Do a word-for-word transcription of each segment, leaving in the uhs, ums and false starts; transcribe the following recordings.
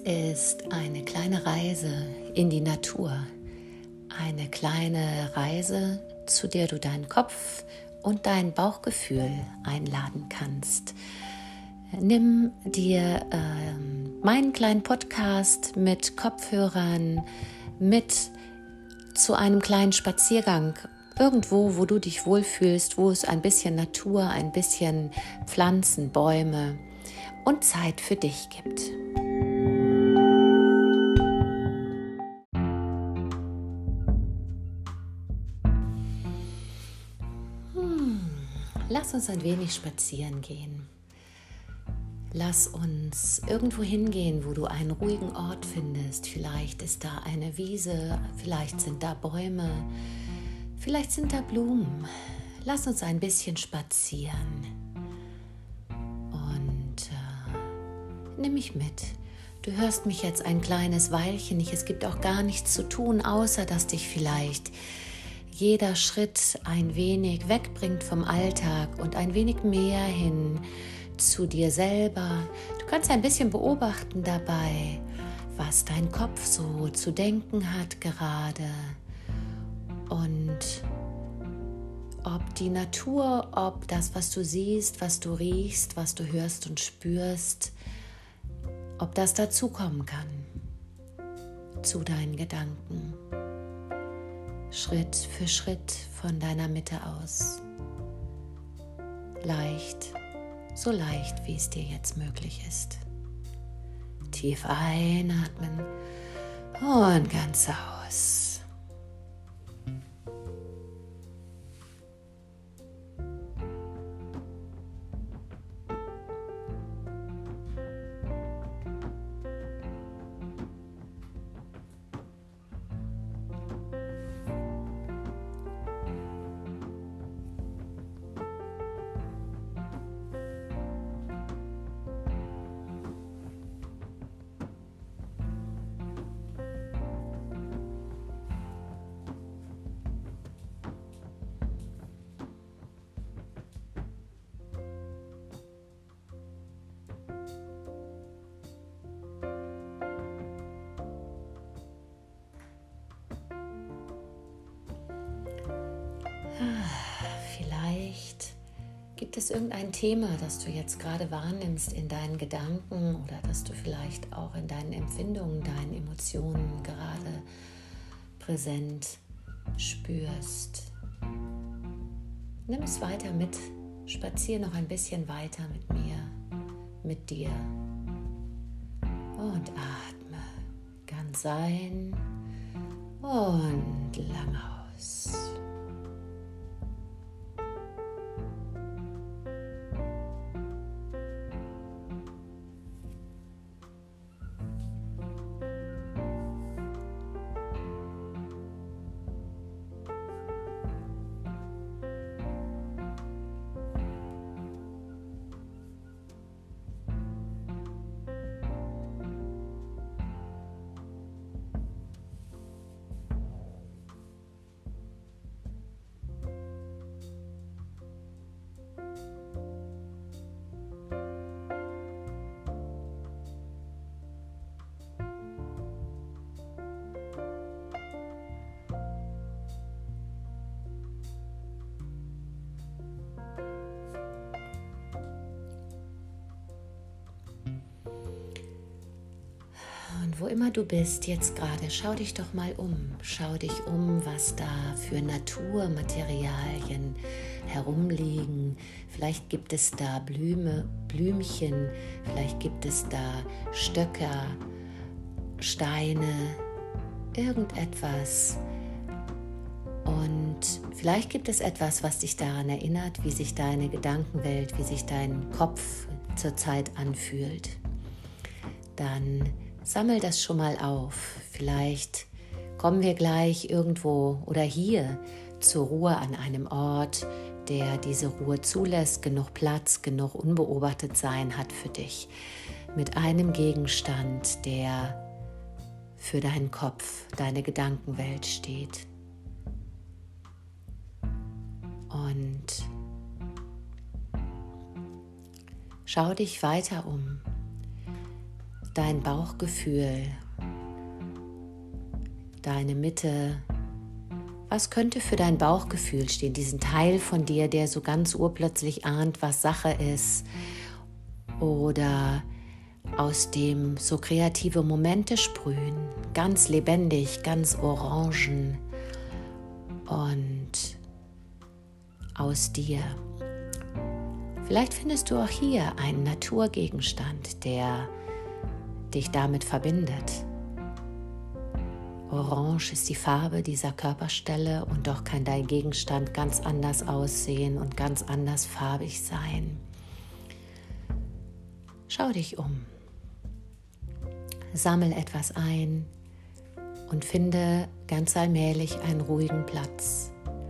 ist eine kleine Reise in die Natur, eine kleine Reise, zu der du deinen Kopf und dein Bauchgefühl einladen kannst. Nimm dir ähm, meinen kleinen Podcast mit Kopfhörern mit zu einem kleinen Spaziergang, irgendwo, wo du dich wohlfühlst, wo es ein bisschen Natur, ein bisschen Pflanzen, Bäume und Zeit für dich gibt. Hm, lass uns ein wenig spazieren gehen. Lass uns irgendwo hingehen, wo du einen ruhigen Ort findest. Vielleicht ist da eine Wiese, vielleicht sind da Bäume, vielleicht sind da Blumen. Lass uns ein bisschen spazieren. Und äh, nimm mich mit. Du hörst mich jetzt ein kleines Weilchen nicht. Es gibt auch gar nichts zu tun, außer dass dich vielleicht jeder Schritt ein wenig wegbringt vom Alltag und ein wenig mehr hin zu dir selber. Du kannst ein bisschen beobachten dabei, was dein Kopf so zu denken hat gerade und ob die Natur, ob das, was du siehst, was du riechst, was du hörst und spürst, ob das dazukommen kann zu deinen Gedanken. Schritt für Schritt von deiner Mitte aus. Leicht. So leicht, wie es dir jetzt möglich ist. Tief einatmen und ganz aus. Vielleicht gibt es irgendein Thema, das du jetzt gerade wahrnimmst in deinen Gedanken oder das du vielleicht auch in deinen Empfindungen, deinen Emotionen gerade präsent spürst. Nimm es weiter mit, spazier noch ein bisschen weiter mit mir, mit dir und atme ganz ein und lang aus. Und wo immer du bist jetzt gerade, schau dich doch mal um. Schau dich um, was da für Naturmaterialien herumliegen. Vielleicht gibt es da Blume, Blümchen, vielleicht gibt es da Stöcker, Steine, irgendetwas. Und vielleicht gibt es etwas, was dich daran erinnert, wie sich deine Gedankenwelt, wie sich dein Kopf zurzeit anfühlt. Dann sammel das schon mal auf. Vielleicht kommen wir gleich irgendwo oder hier zur Ruhe an einem Ort, der diese Ruhe zulässt, genug Platz, genug unbeobachtet sein hat für dich. Mit einem Gegenstand, der für deinen Kopf, deine Gedankenwelt steht. Und schau dich weiter um. dein Bauchgefühl, deine Mitte. Was könnte für dein Bauchgefühl stehen? Diesen Teil von dir, der so ganz urplötzlich ahnt, was Sache ist. Oder aus dem so kreative Momente sprühen. Ganz lebendig, ganz orangen. Und aus dir. Vielleicht findest du auch hier einen Naturgegenstand, der dich damit verbindet. Orange ist die Farbe dieser Körperstelle und doch kann dein Gegenstand ganz anders aussehen und ganz anders farbig sein. Schau dich um. Sammel etwas ein und finde ganz allmählich einen ruhigen Platz,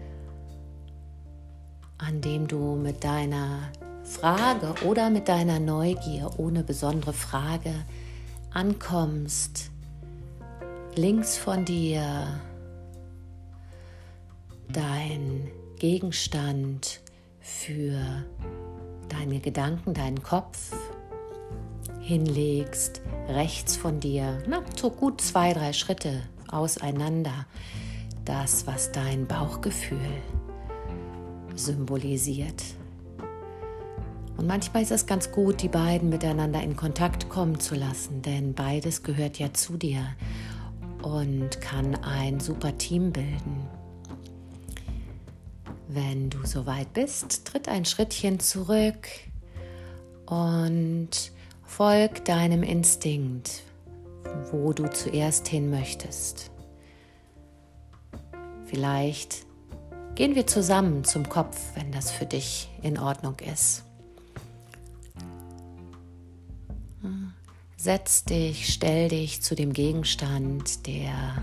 an dem du mit deiner Frage oder mit deiner Neugier ohne besondere Frage ankommst. Links von dir dein Gegenstand für deine Gedanken, deinen Kopf hinlegst, rechts von dir, na, so gut zwei, drei Schritte auseinander, das, was dein Bauchgefühl symbolisiert. Und manchmal ist es ganz gut, die beiden miteinander in Kontakt kommen zu lassen, denn beides gehört ja zu dir und kann ein super Team bilden. Wenn du soweit bist, tritt ein Schrittchen zurück und folg deinem Instinkt, wo du zuerst hin möchtest. Vielleicht gehen wir zusammen zum Kopf, wenn das für dich in Ordnung ist. Setz dich, stell dich zu dem Gegenstand, der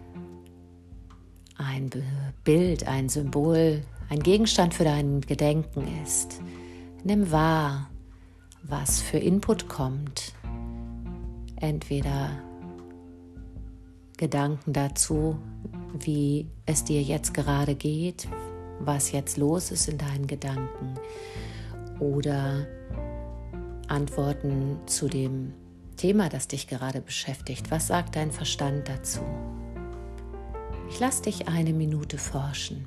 ein Bild, ein Symbol, ein Gegenstand für dein Gedenken ist. Nimm wahr, was für Input kommt. Entweder Gedanken dazu, wie es dir jetzt gerade geht, was jetzt los ist in deinen Gedanken, oder Antworten zu dem Thema, das dich gerade beschäftigt. Was sagt dein Verstand dazu? Ich lasse dich eine Minute forschen.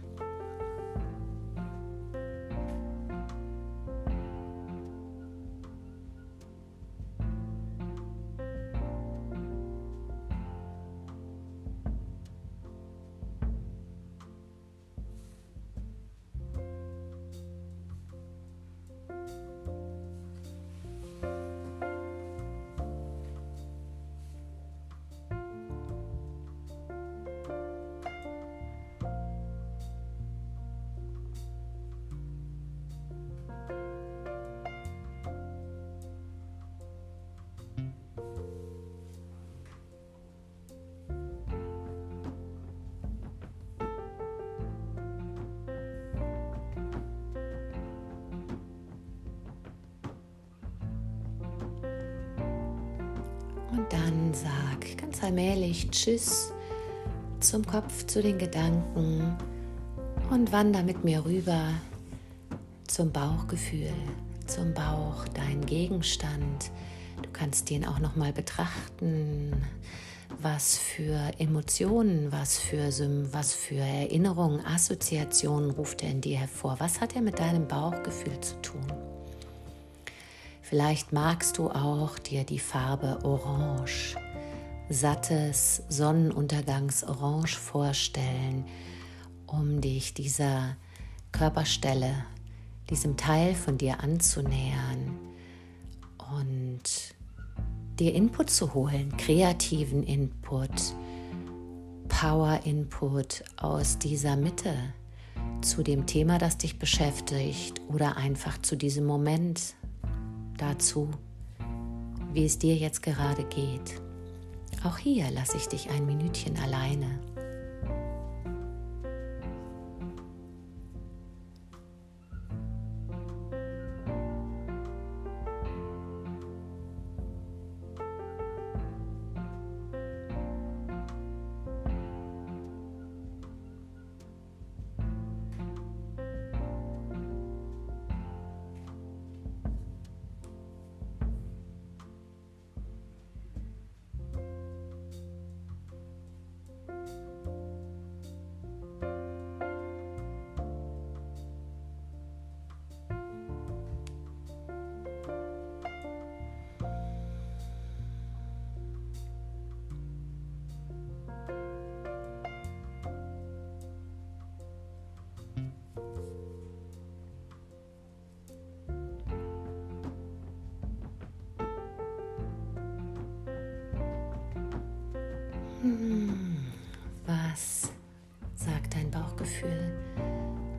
Und dann sag ganz allmählich Tschüss zum Kopf, zu den Gedanken und wander mit mir rüber zum Bauchgefühl, zum Bauch, dein Gegenstand. Du kannst ihn auch noch mal betrachten. Was für Emotionen, was für, was für Erinnerungen, Assoziationen ruft er in dir hervor? Was hat er mit deinem Bauchgefühl zu tun? Vielleicht magst du auch dir die Farbe Orange, sattes Sonnenuntergangsorange vorstellen, um dich dieser Körperstelle, diesem Teil von dir anzunähern und dir Input zu holen, kreativen Input, Power-Input aus dieser Mitte zu dem Thema, das dich beschäftigt, oder einfach zu diesem Moment dazu, wie es dir jetzt gerade geht. Auch hier lasse ich dich ein Minütchen alleine.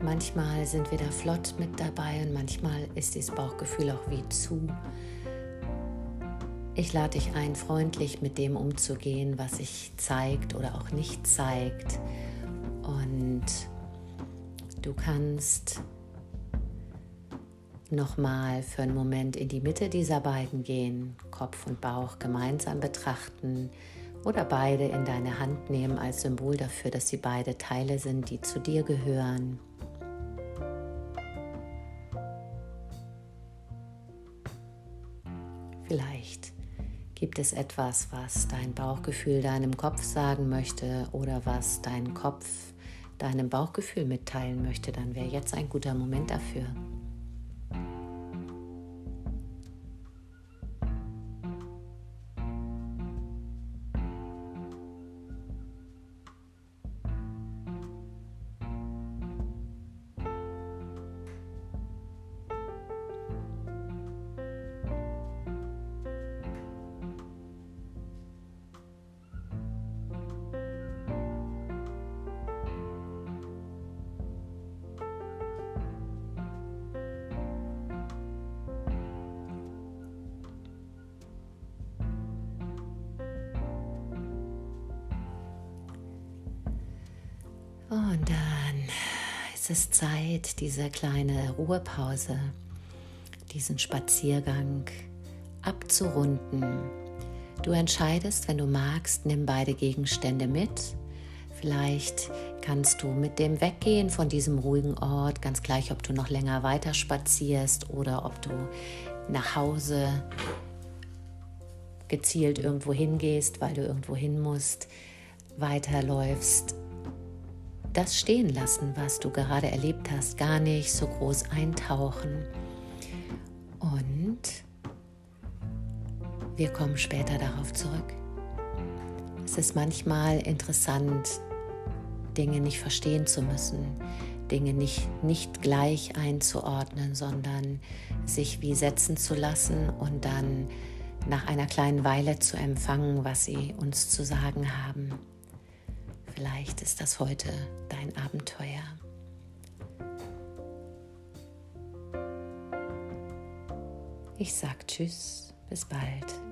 manchmal sind wir da flott mit dabei und manchmal ist dieses Bauchgefühl auch wie zu. Ich lade dich ein, freundlich mit dem umzugehen, was sich zeigt oder auch nicht zeigt. Und du kannst nochmal für einen Moment in die Mitte dieser beiden gehen, Kopf und Bauch gemeinsam betrachten oder beide in deine Hand nehmen als Symbol dafür, dass sie beide Teile sind, die zu dir gehören. Vielleicht gibt es etwas, was dein Bauchgefühl deinem Kopf sagen möchte oder was dein Kopf deinem Bauchgefühl mitteilen möchte, dann wäre jetzt ein guter Moment dafür. Und dann ist es Zeit, diese kleine Ruhepause, diesen Spaziergang abzurunden. Du entscheidest, wenn du magst, nimm beide Gegenstände mit. Vielleicht kannst du mit dem Weggehen von diesem ruhigen Ort, ganz gleich, ob du noch länger weiter spazierst oder ob du nach Hause gezielt irgendwo hingehst, weil du irgendwo hin musst, weiterläufst, das stehen lassen, was du gerade erlebt hast, gar nicht so groß eintauchen. Und wir kommen später darauf zurück. Es ist manchmal interessant, Dinge nicht verstehen zu müssen, Dinge nicht, nicht gleich einzuordnen, sondern sich wie setzen zu lassen und dann nach einer kleinen Weile zu empfangen, was sie uns zu sagen haben. Vielleicht ist das heute dein Abenteuer. Ich sag Tschüss, bis bald.